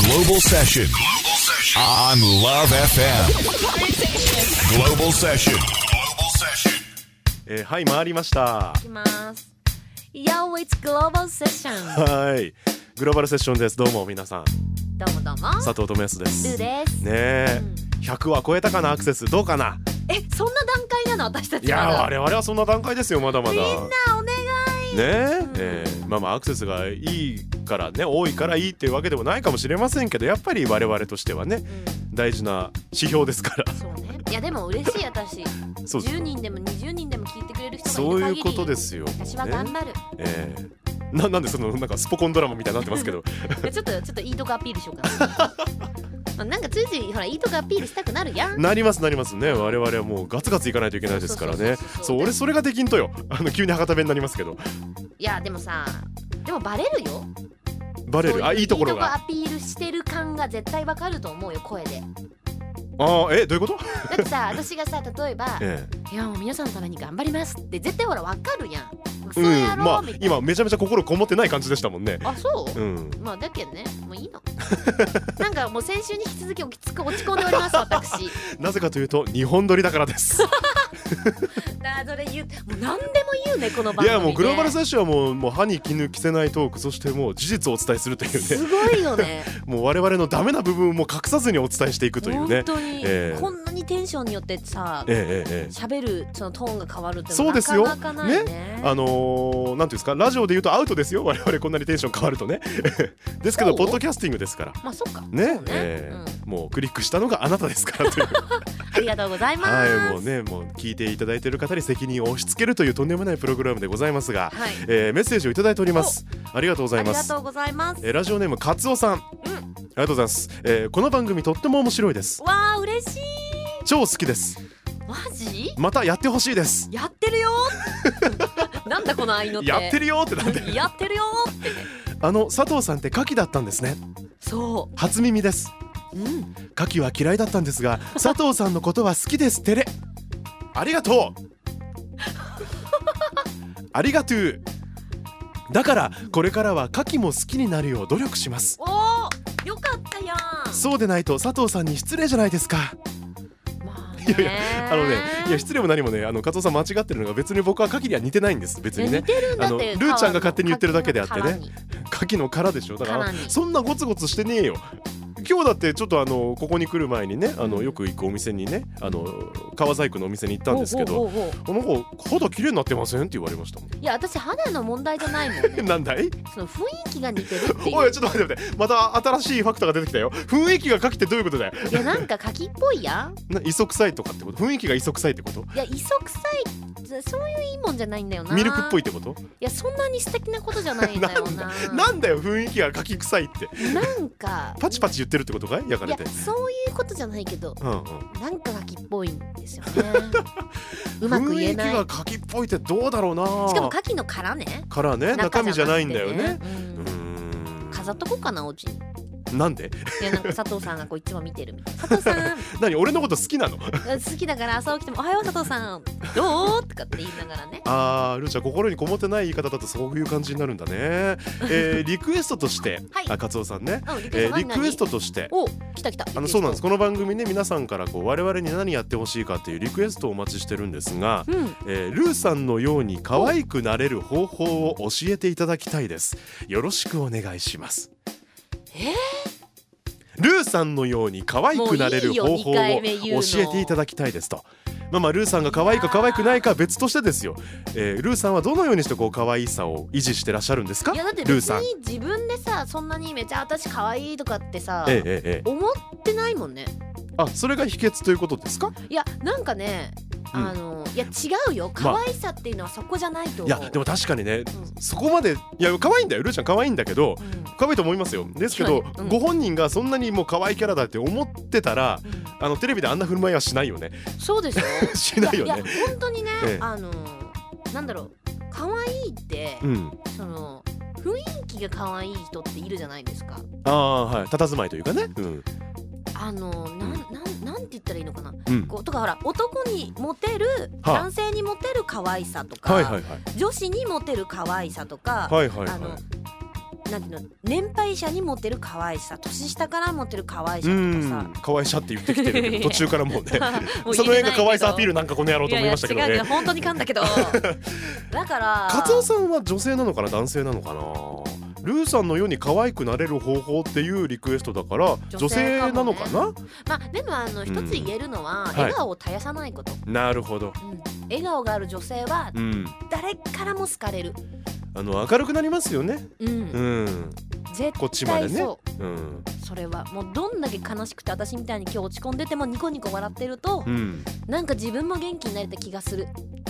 Global Session on Love FM. Global Session. はい、回りました。 いきます。Yo, it's Global Session。 はい、グローバルセッションです。どうも皆さん。 どうもどうも。 佐藤智康です。 ルーです。 ねえ、100は超えたかな、アクセスどうかな。 そんな段階なの私たち。 いや、我々はそんな段階ですよ、まだまだ。 みんなお願い。 ねえ、まあアクセスがいいからね、多いからいいっていうわけでもないかもしれませんけど、やっぱり我々としてはね、大事な指標ですから。 そうね。いやでも嬉しい私。 そう 10人でも20人でも聞いてくれる人がいる限り、 そういうことですよ。 私は頑張る。 なんでそのなんかスポコンドラマみたいになってますけど。 ちょっといいとこアピールしようかな。なんかついついほらいいとこアピールしたくなるやん。 なりますね。我々はもうガツガツいかないといけないですからね。そう、俺それができんとよ。急に博多弁になりますけど。 いやでもさ、でもバレるよ。 バレる。いいところが。 いいとこアピールしてる感が絶対わかると思うよ、声で。 どういうこと？ だってさ、私がさ、例えば、いやもう皆さんのために頑張りますって絶対ほらわかるやん。そうやろうみたいな。 今めちゃめちゃ心こもってない感じでしたもんね。 あ、そう？まあだけどね、もういいの。なんかもう先週に引き続き落ち込んでおります私。 なぜかというと日本撮りだからです。 それ言う、もう何でも言うねこの番組ね。 いやもうグローバルセッションはもう歯に衣着せないトーク、そしてもう事実をお伝えするというね。 すごいよね。 もう我々のダメな部分も隠さずにお伝えしていくというね。 本当に、こんなにテンションによってさ、喋るそのトーンが変わるってのはなかなかないね。 なんていうんですか、ラジオで言うとアウトですよ、我々こんなにテンション変わるとね。ですけどポッドキャスティングですから。 まあそっかね。もうクリックしたのがあなたですからという。 ありがとうございます。 はい、もうね、もう聞いていただいている方に責任を押し付けるというとんでもないプログラムでございますが、メッセージをいただいております。ありがとうございます。 ありがとうございます。 ラジオネームカツオさん、ありがとうございます。この番組とっても面白いです。 わあ嬉しい。 超好きです。 マジ？ またやってほしいです。 やってるよ。なんだこの愛の手。 やってるよってなんで。 やってるよってね。 佐藤さんって牡蠣だったんですね。 そう。 初耳です。牡蠣は嫌いだったんですが、佐藤さんのことは好きです。てれ。ありがとう。ありがとう。だからこれからは牡蠣も好きになるよう努力します。 おー、よかったやん。 そうでないと佐藤さんに失礼じゃないですか。 まあね、 いや失礼も何もね、カツオさん間違ってるのが、別に僕は牡蠣には似てないんです。別にね、 似てるんだって。 ルーちゃんが勝手に言ってるだけであってね。牡蠣の殻でしょ。だからそんなゴツゴツしてねえよ。今日だってちょっとここに来る前にね、よく行くお店にね、川細工のお店に行ったんですけど、なんか肌綺麗になってませんって言われましたもん。 いや私肌の問題じゃないもんね。 なんだい？ その雰囲気が似てるっていう。 おいちょっと待って、また新しいファクターが出てきたよ。雰囲気が牡蠣ってどういうことだよ。 いやなんか牡蠣っぽいやん。 磯臭いとかってこと？雰囲気が磯臭いってこと？ いや磯臭い、そういういいもんじゃないんだよな。 ミルクっぽいってこと？いやそんなに素敵なことじゃないんだよな。 なんだよ雰囲気が牡蠣臭いって。 なんかパチパチ言ってるってことかい？焼かれて。 いやそういうことじゃないけど、なんか牡蠣っぽいんですよね。うまく言えない。 雰囲気が牡蠣っぽいってどうだろうな。 しかも牡蠣の殻ね。 殻ね、中身じゃないんだよね。 飾っとこうかなお家に。 なんで？ いやなんか佐藤さんがこういつも見てるみたいな。佐藤さん何俺のこと好きなの？ 好きだから朝起きてもおはよう佐藤さんどうとかって言いながらね。 ルーちゃん心にこもってない言い方だとそういう感じになるんだね。リクエストとして、カツオさんね、リクエストとして、 来たそうなんです。この番組ね、皆さんからこう我々に何やってほしいかっていうリクエストをお待ちしてるんですが、ルーさんのように可愛くなれる方法を教えていただきたいです。よろしくお願いします。ルーさんのように可愛くなれる方法を教えていただきたいですと。ルーさんが可愛いか可愛くないかは別としてですよ。ルーさんはどのようにしてこう可愛さを維持してらっしゃるんですか？ いやだって別に自分でさそんなにめちゃ私可愛いとかってさ、思ってないもんね。 それが秘訣ということですか？ いやなんかね、いや違うよ、可愛さっていうのはそこじゃないと思う。 いやでも確かにね、そこまでいや可愛いんだよ、ルーちゃん可愛いんだけど、可愛いと思いますよ。ですけど、ご本人がそんなにもう可愛いキャラだって思ってたら、テレビであんな振る舞いはしないよね。 そうですよ。 しないよね。 いや本当にね、なんだろう、可愛いって、その雰囲気が可愛い人っているじゃないですか。 はい、佇まいというかね。 なんて言ったらいいのかな、こうとかほら男にモテる、男性にモテる可愛さとか、女子にモテる可愛さとか、 なんていうの、年配者に持ってる可愛さ、年下から持ってる可愛さとかさ、 可愛さって言ってきてるけど途中からもうねその辺が可愛さアピールなんかこの野郎と思いましたけどね。 いやいや違う本当に噛んだけどだからカツオさんは女性なのかな男性なのかな。ルーさんのように可愛くなれる方法っていうリクエストだから女性なのかな。 まあでも一つ言えるのは、笑顔を絶やさないこと。 なるほど、 笑顔がある女性は誰からも好かれる。 明るくなりますよね。 絶対こっちまでね。 そう、それはもうどんだけ悲しくて私みたいに今日落ち込んでてもニコニコ笑ってると、なんか自分も元気になれた気がする。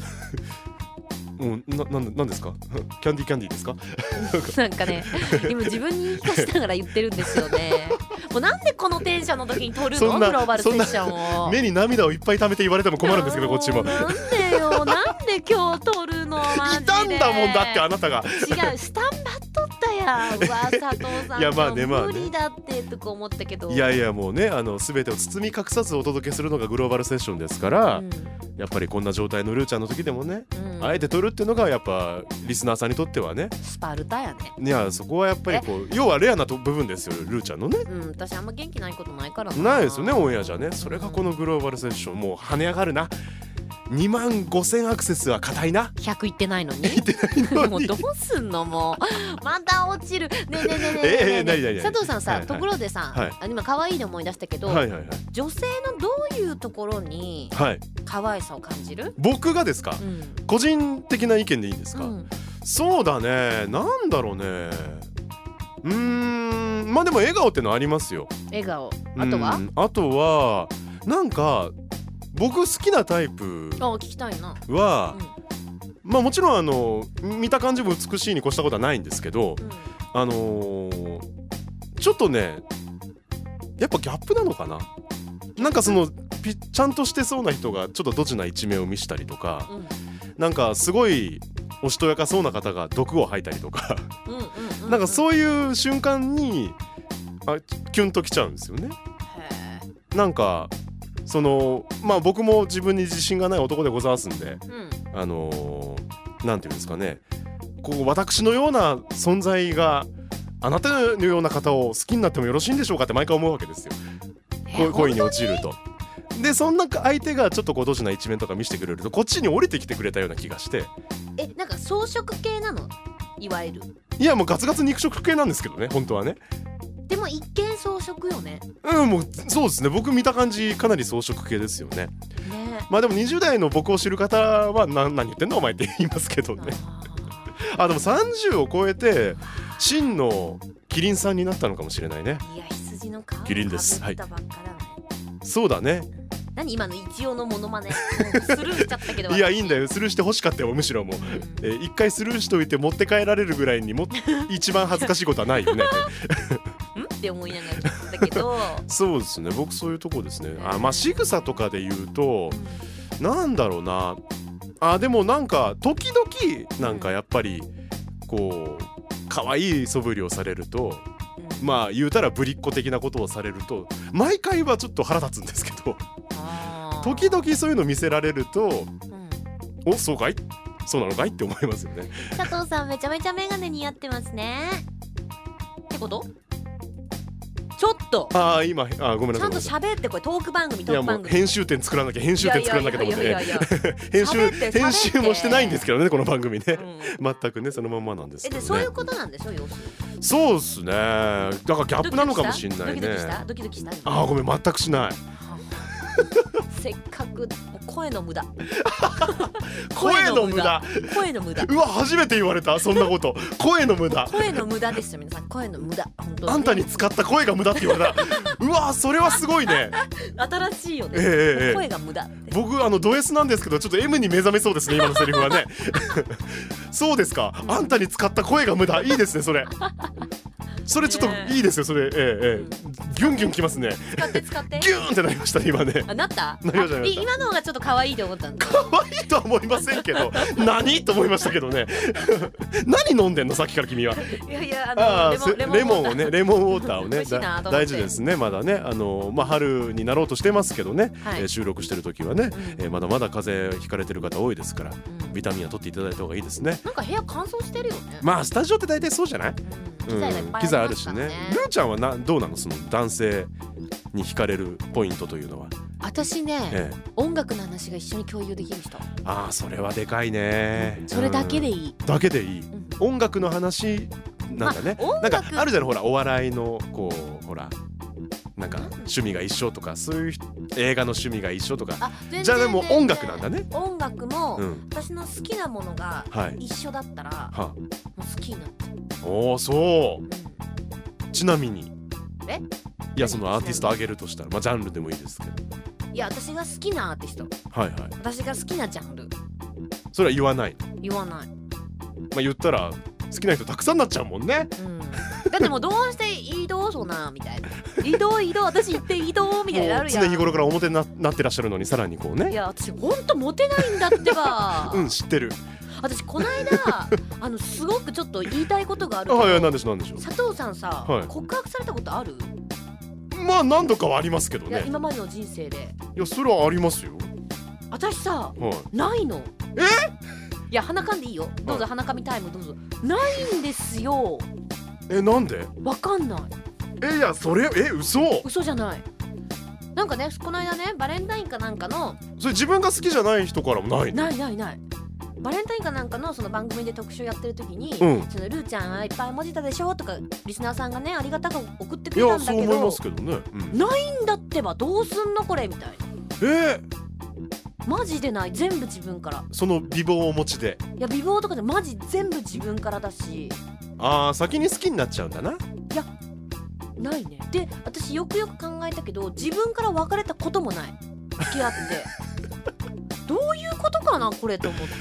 なんですかキャンディーですかなんかね今自分に言い聞かせながら言ってるんですよね。もうなんでこのテンションの時に撮るのグローバルセッションを。 目に涙をいっぱい溜めて言われても困るんですけどこっちも。 なんでよなんで今日撮るのマジで。いたんだもんだってあなたが。 違うスタンバっとったやん。うわ佐藤さんいやまあね無理だってとか思ったけど。 いやいやもうね全てを包み隠さずお届けするのがグローバルセッションですから、やっぱりこんな状態のルーちゃんの時でもね、あえて撮るっていうのがやっぱリスナーさんにとってはねスパルタやね。 いやそこはやっぱりこう要はレアな部分ですよルーちゃんのね。 私あんま元気ないことないからな。 ないですよねオンエアじゃね。それがこのグローバルセッションもう跳ね上がるな。25,000アクセスは硬いな。 100いってないのにもうどうすんのもうまた落ちる。ねえ佐藤さんさ、ところでさ、今可愛いで思い出したけど、女性のどういうところに可愛さを感じる？ 僕がですか、個人的な意見でいいんですか？そうだね、なんだろうね。まあでも笑顔ってのありますよ。 笑顔。 あとはなんか僕好きなタイプ聞きたいなは、まあもちろん見た感じも美しいに越したことはないんですけど、ちょっとねやっぱギャップなのかな。なんかちゃんとしてそうな人がちょっとドジな一面を見したりとか、なんかすごいおしとやかそうな方が毒を吐いたりとかなんかそういう瞬間にキュンときちゃうんですよね。なんかまあ僕も自分に自信がない男でございますんで、なんていうんですかね、こう私のような存在があなたのような方を好きになってもよろしいんでしょうかって毎回思うわけですよ。恋に落ちると。でそんな相手がちょっとドジな一面とか見せてくれるとこっちに降りてきてくれたような気がして。 なんか草食系なのいわゆる。 いやもうガツガツ肉食系なんですけどね本当はね。 でも一見草食よね。 もうそうですね。僕見た感じかなり草食系ですよね。まあでも20代の僕を知る方は何言ってんのお前って言いますけどね。でも30を超えて真のキリンさんになったのかもしれないね。 いや羊の皮をキリンです。 かぶったばっかだね。 そうだね。 何今の一応のモノマネスルーしちゃったけどいやいいんだよ、スルーして欲しかったよ。むしろもう、一回スルーしておいて持って帰られるぐらいに一番恥ずかしいことはないよねって思いながら聞いたけどそうですね、僕そういうとこですね。まあ仕草とかで言うと、なんだろうな、でもなんか時々なんかやっぱりこう可愛い素振りをされると、まあ言うたらぶりっ子的なことをされると毎回はちょっと腹立つんですけど、時々そういうの見せられると、お、そうかい、そうなのかいって思いますよね。 佐藤さんめちゃめちゃメガネ似合ってますねってこと？ちょっと今ごめんなさい、 ちゃんと喋って、これトーク番組。いやもう編集点作らなきゃと思って編集もしてないんですけどねこの番組ね、全くねそのままなんですけどね。 そういうことなんでしょ。 そうっすね、だからギャップなのかもしんないね。 ドキドキした？ ごめん、全くしないせっかく声の無駄声の無駄。うわ、初めて言われたそんなこと声の無駄ですよ皆さん。声の無駄、本当にあんたに使った声が無駄って言われたうわ、それはすごいね新しいよね、声が無駄って。 僕ド S なんですけど、ちょっと M に目覚めそうですね今のセリフはねそうですか、あんたに使った声が無駄、いいですねそれちょっといいですよそれ。 ギュンギュンきますね。 使ってギューンってなりましたね今ね。 なった？ なりました。 今のがちょっと可愛いと思ったんだ。 可愛いとは思いませんけど何と思いましたけどね何飲んでんのさっきから君は。 いやいやレモンをねレモンウォーターをね大事ですね。まだね春になろうとしてますけどね、収録してる時はね、まだまだ風邪ひかれてる方多いですから、ビタミンは取っていただいた方がいいですね。 なんか部屋乾燥してるよね。 まあスタジオって大体そうじゃない？機材あるしね。ルーちゃんはどうなの、その男性に惹かれるポイントというのは。 私ね、音楽の話が一緒に共有できる人。 ああそれはでかいね。 それだけでいい。 だけでいい。音楽の話なんかね、なんかあるじゃん、ほらお笑いのこうほらなんか趣味が一緒とか、そういう映画の趣味が一緒とか。じゃあでも音楽なんだね。 音楽も私の好きなものが一緒だったらもう好きになってる。 おおそう。ちなみにいやそのアーティストあげるとしたら、まあジャンルでもいいですけど。 いや私が好きなアーティスト、私が好きなジャンル、 それは言わない。 言わない。 まあ言ったら好きな人たくさんなっちゃうもんね。 だってもうどうして移動そうなみたいな、移動私行って移動みたいになるやん。 常日頃から表になってらっしゃるのにさらにこうね。 いや私ほんとモテないんだってば知ってる。 私この間すごくちょっと言いたいことがあるけど。 はい、なんでしょう。 佐藤さんさ、告白されたことある？ まあ何度かはありますけどね。 今までの人生で。 いやそれはありますよ。 私さ、ないの。いや鼻かんでいいよ、どうぞ、鼻かみタイムどうぞ。ないんですよ。 なんで？ わかんない。 いやそれ嘘じゃない。なんかねこの間ねバレンタインかなんかの、 それ自分が好きじゃない人からもないの？ ないバレンタインかなんかのその番組で特集やってる時に、そのルーちゃんいっぱい文字たでしょとかリスナーさんがねありがたく送ってくれたんだけど、 いやそう思いますけどね、 ないんだってば、どうすんのこれみたいな。マジでない、全部自分から。 その美貌をお持ちで。 いや美貌とかでマジ全部自分からだし。 先に好きになっちゃうんだな。 いやないね。で私よくよく考えたけど自分から別れたこともない、付き合ってどういうことかなこれと思って。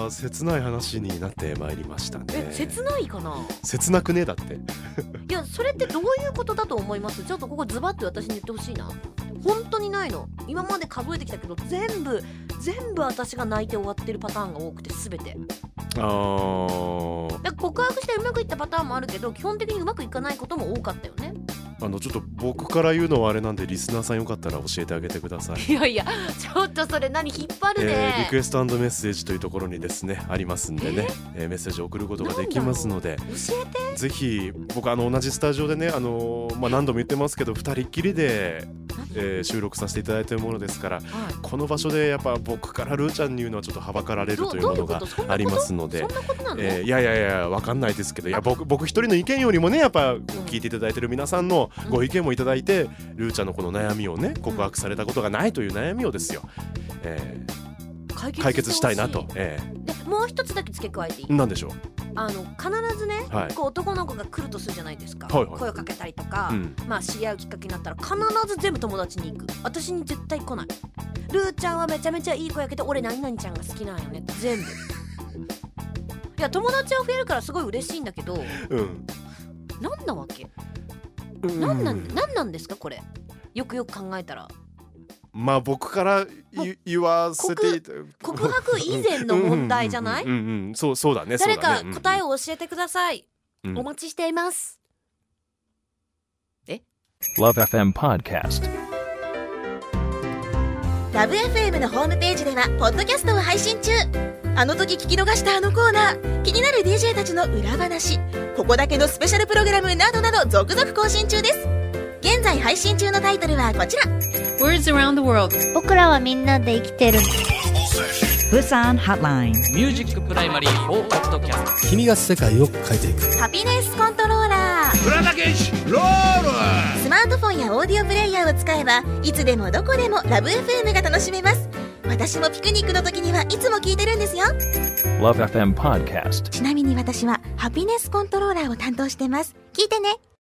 切ない話になってまいりましたね。 切ないかな？ 切なくねだっていやそれってどういうことだと思います？ちょっとここズバッと私に言ってほしいな。本当にないの。今まで数えてきたけど全部私が泣いて終わってるパターンが多くて、全て。だから告白してうまくいったパターンもあるけど基本的にうまくいかないことも多かったよね。 ちょっと僕から言うのはあれなんで、リスナーさんよかったら教えてあげてください。 いやいやちょっとそれ何引っ張るね。 リクエスト&メッセージというところにですねありますんでね、メッセージを送ることができますので、 教えて。 ぜひ僕同じスタジオでね何度も言ってますけど2人っきりで、収録させていただいているものですから、この場所でやっぱ僕からルーちゃんに言うのはちょっとはばかられるというものがありますので。 そんなことなの？ いやわかんないですけど、いや僕一人の意見よりもねやっぱ聞いていただいている皆さんのご意見もいただいて、ルーちゃんのこの悩みをね、告白されたことがないという悩みをですよ、解決したいなと。でもう一つだけ付け加えていい？ 何でしょう？ 必ずね、こう男の子が来るとするじゃないですか、声をかけたりとか、知り合うきっかけになったら必ず全部友達に行く。私に絶対来ない。ルーちゃんはめちゃめちゃいい子やけど俺何々ちゃんが好きなんよねって全部いや友達は増えるからすごい嬉しいんだけど、なんなわけ？なんなんですかこれ？よくよく考えたら。 まあ僕から言わせて告白以前の問題じゃない？ そうだね。 誰か答えを教えてください。お待ちしています。 LoveFM Podcast。 LoveFM のホームページではポッドキャストを配信中。あの時聞き逃したあのコーナー、気になる DJ たちの裏話、ここだけのスペシャルプログラムなどなど続々更新中です。現在配信中のタイトルはこちら。 Words around the world。 僕らはみんなで生きてる。 Busan Hotline。 ミュージックプライマリー4ポッドキャスト。 君が世界を変えていく。 ハピネスコントローラー。 浦田健一ロール。 スマートフォンやオーディオプレイヤーを使えばいつでもどこでもラブ FM が楽しめます。私もピクニックの時にはいつも聞いてるんですよ。 LoveFM Podcast。 ちなみに私はハピネスコントローラーを担当してます。聞いてね。